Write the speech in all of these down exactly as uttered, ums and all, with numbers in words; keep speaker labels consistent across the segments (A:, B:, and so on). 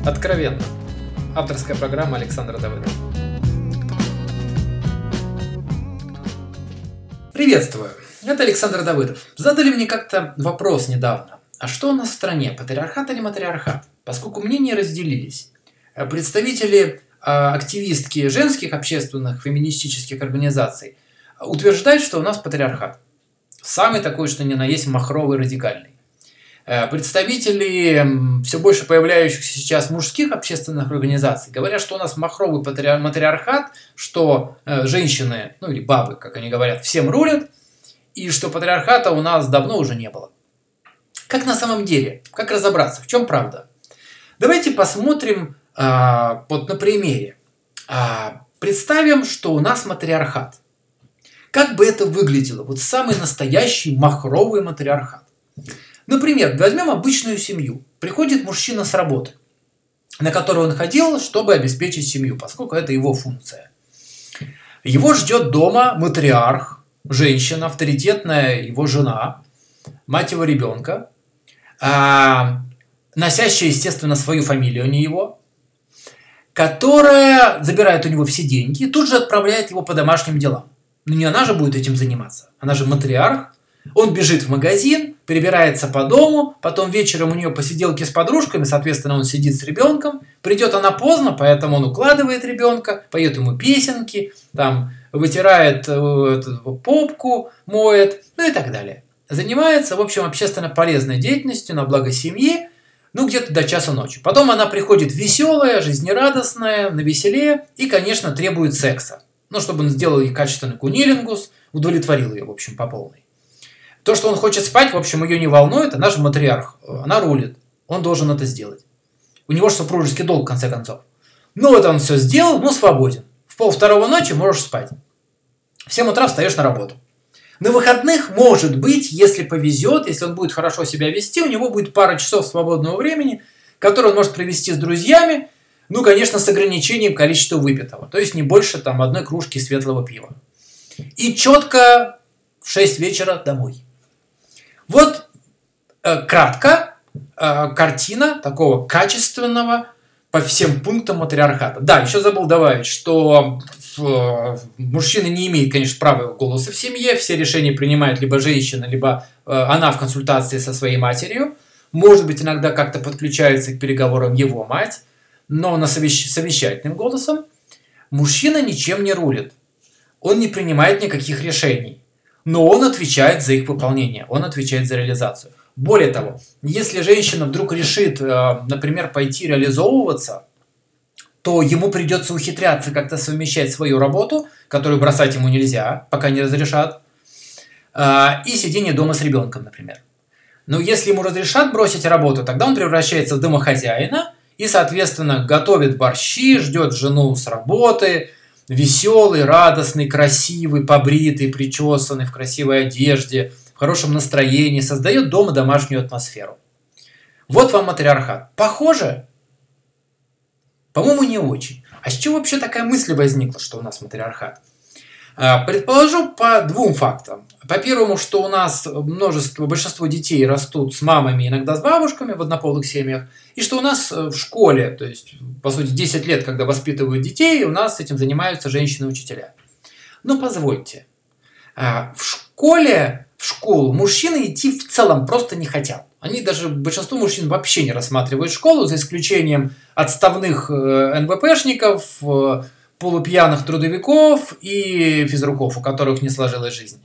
A: Откровенно. Авторская программа Александра Давыдова. Приветствую, это Александр Давыдов. Задали мне как-то вопрос недавно. А что у нас в стране, патриархат или матриархат? Поскольку мнения разделились. Представители активистки женских общественных феминистических организаций утверждают, что у нас патриархат. Самый такой, что ни на есть, махровый, радикальный. Представители все больше появляющихся сейчас мужских общественных организаций говорят, что у нас махровый матриархат, что женщины, ну или бабы, как они говорят, всем рулят, и что патриархата у нас давно уже не было. Как на самом деле? Как разобраться? В чем правда? Давайте посмотрим а, вот на примере. А, представим, что у нас матриархат. Как бы это выглядело? Вот самый настоящий махровый матриархат. Например, возьмем обычную семью. Приходит мужчина с работы, на которую он ходил, чтобы обеспечить семью, поскольку это его функция. Его ждет дома матриарх, женщина, авторитетная его жена, мать его ребенка, носящая, естественно, свою фамилию, а не его, которая забирает у него все деньги и тут же отправляет его по домашним делам. Но не она же будет этим заниматься, она же матриарх. Он бежит в магазин, перебирается по дому, потом вечером у нее посиделки с подружками, соответственно, он сидит с ребенком. Придет она поздно, поэтому он укладывает ребенка, поет ему песенки, там, вытирает э, попку, моет, ну и так далее. Занимается, в общем, общественно полезной деятельностью на благо семьи, ну где-то до часа ночи. Потом она приходит веселая, жизнерадостная, навеселее и, конечно, требует секса. Ну, чтобы он сделал ей качественный кунилингус, удовлетворил ее, в общем, по полной. То, что он хочет спать, в общем, ее не волнует, она же матриарх, она рулит, он должен это сделать. У него же супружеский долг, в конце концов. Ну вот он все сделал, ну свободен. В полвторого ночи можешь спать. В семь утра встаешь на работу. На выходных, может быть, если повезет, если он будет хорошо себя вести, у него будет пара часов свободного времени, который он может провести с друзьями, ну, конечно, с ограничением количества выпитого, то есть не больше там одной кружки светлого пива. И четко в шесть вечера домой. Вот э, кратко э, картина такого качественного по всем пунктам матриархата. Да, еще забыл добавить, что э, мужчина не имеет, конечно, права голоса в семье. Все решения принимает либо женщина, либо э, она в консультации со своей матерью. Может быть, иногда как-то подключается к переговорам его мать, но на совещ- совещательным голосом. Мужчина ничем не рулит. Он не принимает никаких решений. Но он отвечает за их выполнение, он отвечает за реализацию. Более того, если женщина вдруг решит, например, пойти реализовываться, то ему придется ухитряться как-то совмещать свою работу, которую бросать ему нельзя, пока не разрешат, и сидение дома с ребенком, например. Но если ему разрешат бросить работу, тогда он превращается в домохозяина и, соответственно, готовит борщи, ждет жену с работы, веселый, радостный, красивый, побритый, причесанный, в красивой одежде, в хорошем настроении, создает дома домашнюю атмосферу. Вот вам матриархат. Похоже? По-моему, не очень. А с чего вообще такая мысль возникла, что у нас матриархат? Предположу по двум фактам. По первому, что у нас множество, большинство детей растут с мамами, иногда с бабушками в однополых семьях, и что у нас в школе, то есть, по сути, десять лет, когда воспитывают детей, у нас этим занимаются женщины-учителя. Но позвольте, в школе, в школу мужчины идти в целом просто не хотят. Они даже, большинство мужчин вообще не рассматривают школу, за исключением отставных эн вэ пэшников, полупьяных трудовиков и физруков, у которых не сложилась жизнь.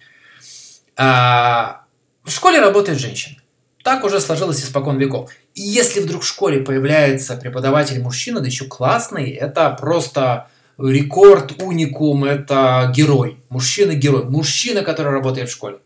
A: А в школе работает женщина. Так уже сложилось испокон веков. И если вдруг в школе появляется преподаватель мужчина, да еще классный, это просто рекорд, уникум, это герой. Мужчина-герой. Мужчина, который работает в школе.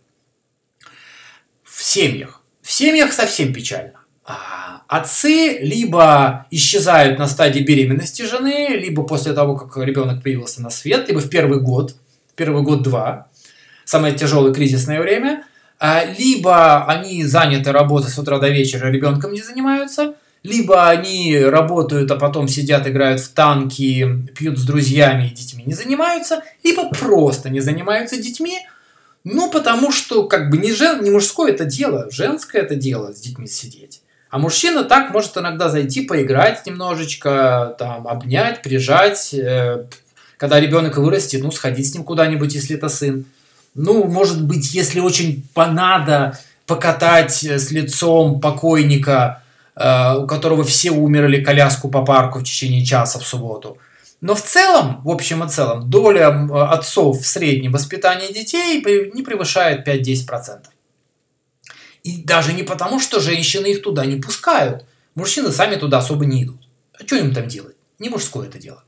A: В семьях. В семьях совсем печально. Отцы либо исчезают на стадии беременности жены, либо после того, как ребенок появился на свет, либо в первый год, первый год-два, самое тяжелое кризисное время, либо они заняты работой с утра до вечера, ребенком не занимаются, либо они работают, а потом сидят, играют в танки, пьют с друзьями и детьми не занимаются, либо просто не занимаются детьми, ну, потому что как бы не, жен, не мужское это дело, женское это дело с детьми сидеть. А мужчина так может иногда зайти, поиграть немножечко, там, обнять, прижать. Когда ребенок вырастет, ну, сходить с ним куда-нибудь, если это сын. Ну, может быть, если очень понадо, покатать с лицом покойника, у которого все умерли, коляску по парку в течение часа в субботу. Но в целом, в общем и целом, доля отцов в среднем воспитании детей не превышает пять-десять процентов. И даже не потому, что женщины их туда не пускают. Мужчины сами туда особо не идут. А что им там делать? Не мужское это дело.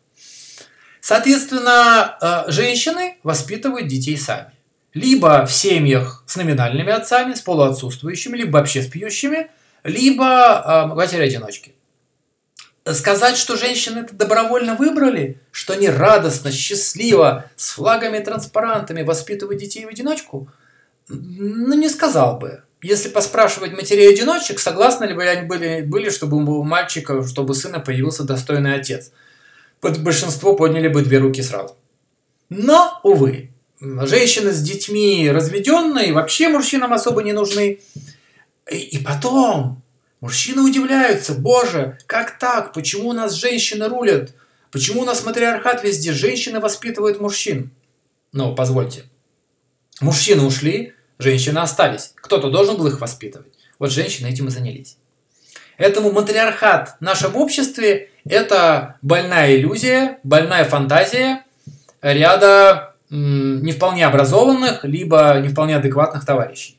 A: Соответственно, женщины воспитывают детей сами. Либо в семьях с номинальными отцами, с полуотсутствующими, либо вообще с пьющими, либо матери-одиночки. Сказать, что женщины это добровольно выбрали, что они радостно, счастливо, с флагами и транспарантами воспитывают детей в одиночку, ну, не сказал бы. Если поспрашивать матерей-одиночек, согласны ли бы они были, были, чтобы у мальчика, чтобы у сына появился достойный отец. Большинство подняли бы две руки сразу. Но, увы, женщины с детьми разведенные вообще мужчинам особо не нужны. И, и потом мужчины удивляются: боже, как так? Почему у нас женщины рулят? Почему у нас матриархат везде? Женщины воспитывают мужчин. Ну, позвольте. Мужчины ушли, женщины остались. Кто-то должен был их воспитывать. Вот женщины этим и занялись. Этому матриархат в нашем обществе – это больная иллюзия, больная фантазия ряда м, не вполне образованных, либо не вполне адекватных товарищей.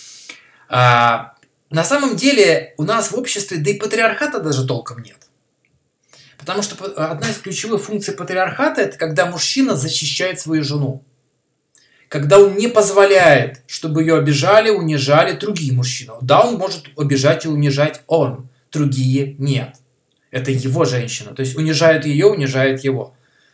A: А, на самом деле у нас в обществе, да и патриархата даже толком нет. Потому что одна из ключевых функций патриархата – это когда мужчина защищает свою жену. Когда он не позволяет, чтобы ее обижали, унижали другие мужчины. Да, он может обижать и унижать он, другие нет. Это его женщина. То есть унижают ее, унижает его.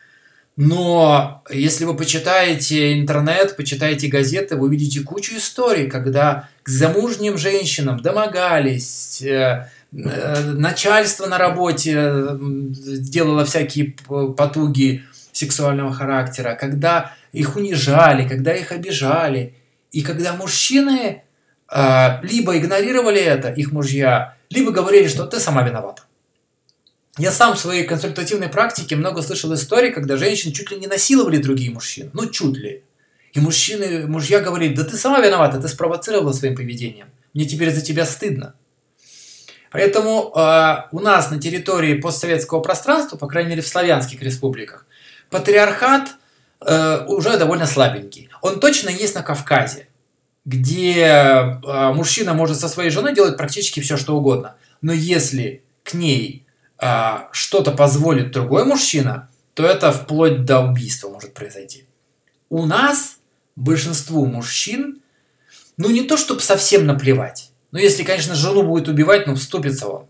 A: Но если вы почитаете интернет, почитаете газеты, вы увидите кучу историй, когда к замужним женщинам домогались, э, э, начальство на работе делало всякие потуги сексуального характера, когда их унижали, когда их обижали. И когда мужчины э, либо игнорировали это, их мужья, либо говорили, что ты сама виновата. Я сам в своей консультативной практике много слышал историй, когда женщин чуть ли не насиловали другие мужчины. Ну, чуть ли. И мужчины, мужья говорили: да ты сама виновата, ты спровоцировала своим поведением. Мне теперь за тебя стыдно. Поэтому э, у нас на территории постсоветского пространства, по крайней мере в славянских республиках, патриархат э, уже довольно слабенький. Он точно есть на Кавказе, где э, мужчина может со своей женой делать практически все, что угодно. Но если к ней э, что-то позволит другой мужчина, то это вплоть до убийства может произойти. У нас большинству мужчин, ну не то чтобы совсем наплевать. Ну если, конечно, жену будет убивать, ну вступится он.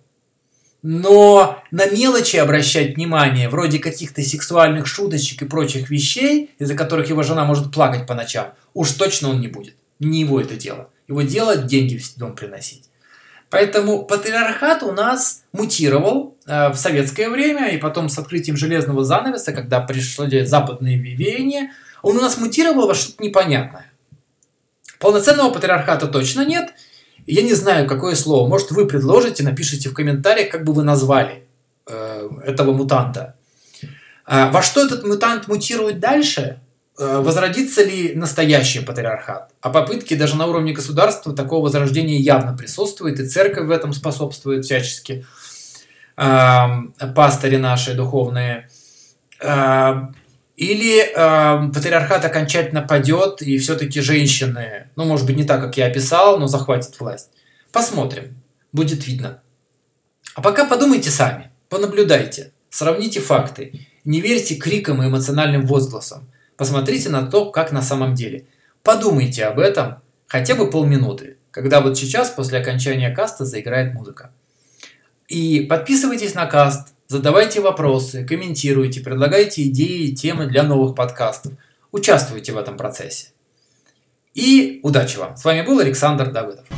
A: Но на мелочи обращать внимание, вроде каких-то сексуальных шуточек и прочих вещей, из-за которых его жена может плакать по ночам, уж точно он не будет. Не его это дело. Его дело деньги в дом приносить. Поэтому патриархат у нас мутировал э, в советское время, и потом с открытием железного занавеса, когда пришли западные веяния, он у нас мутировал во что-то непонятное. Полноценного патриархата точно нет. Я не знаю, какое слово. Может, вы предложите, напишите в комментариях, как бы вы назвали э, этого мутанта. А во что этот мутант мутирует дальше? Э, возродится ли настоящий патриархат? А попытки даже на уровне государства такого возрождения явно присутствуют, и церковь в этом способствует всячески. Э, пастыри наши духовные. Э, Или э, патриархат окончательно падет, и все-таки женщины, ну, может быть, не так, как я описал, но захватят власть. Посмотрим. Будет видно. А пока подумайте сами, понаблюдайте, сравните факты. Не верьте крикам и эмоциональным возгласам. Посмотрите на то, как на самом деле. Подумайте об этом хотя бы полминуты, когда вот сейчас, после окончания каста, заиграет музыка. И подписывайтесь на каст. Задавайте вопросы, комментируйте, предлагайте идеи и темы для новых подкастов. Участвуйте в этом процессе. И удачи вам! С вами был Александр Давыдов.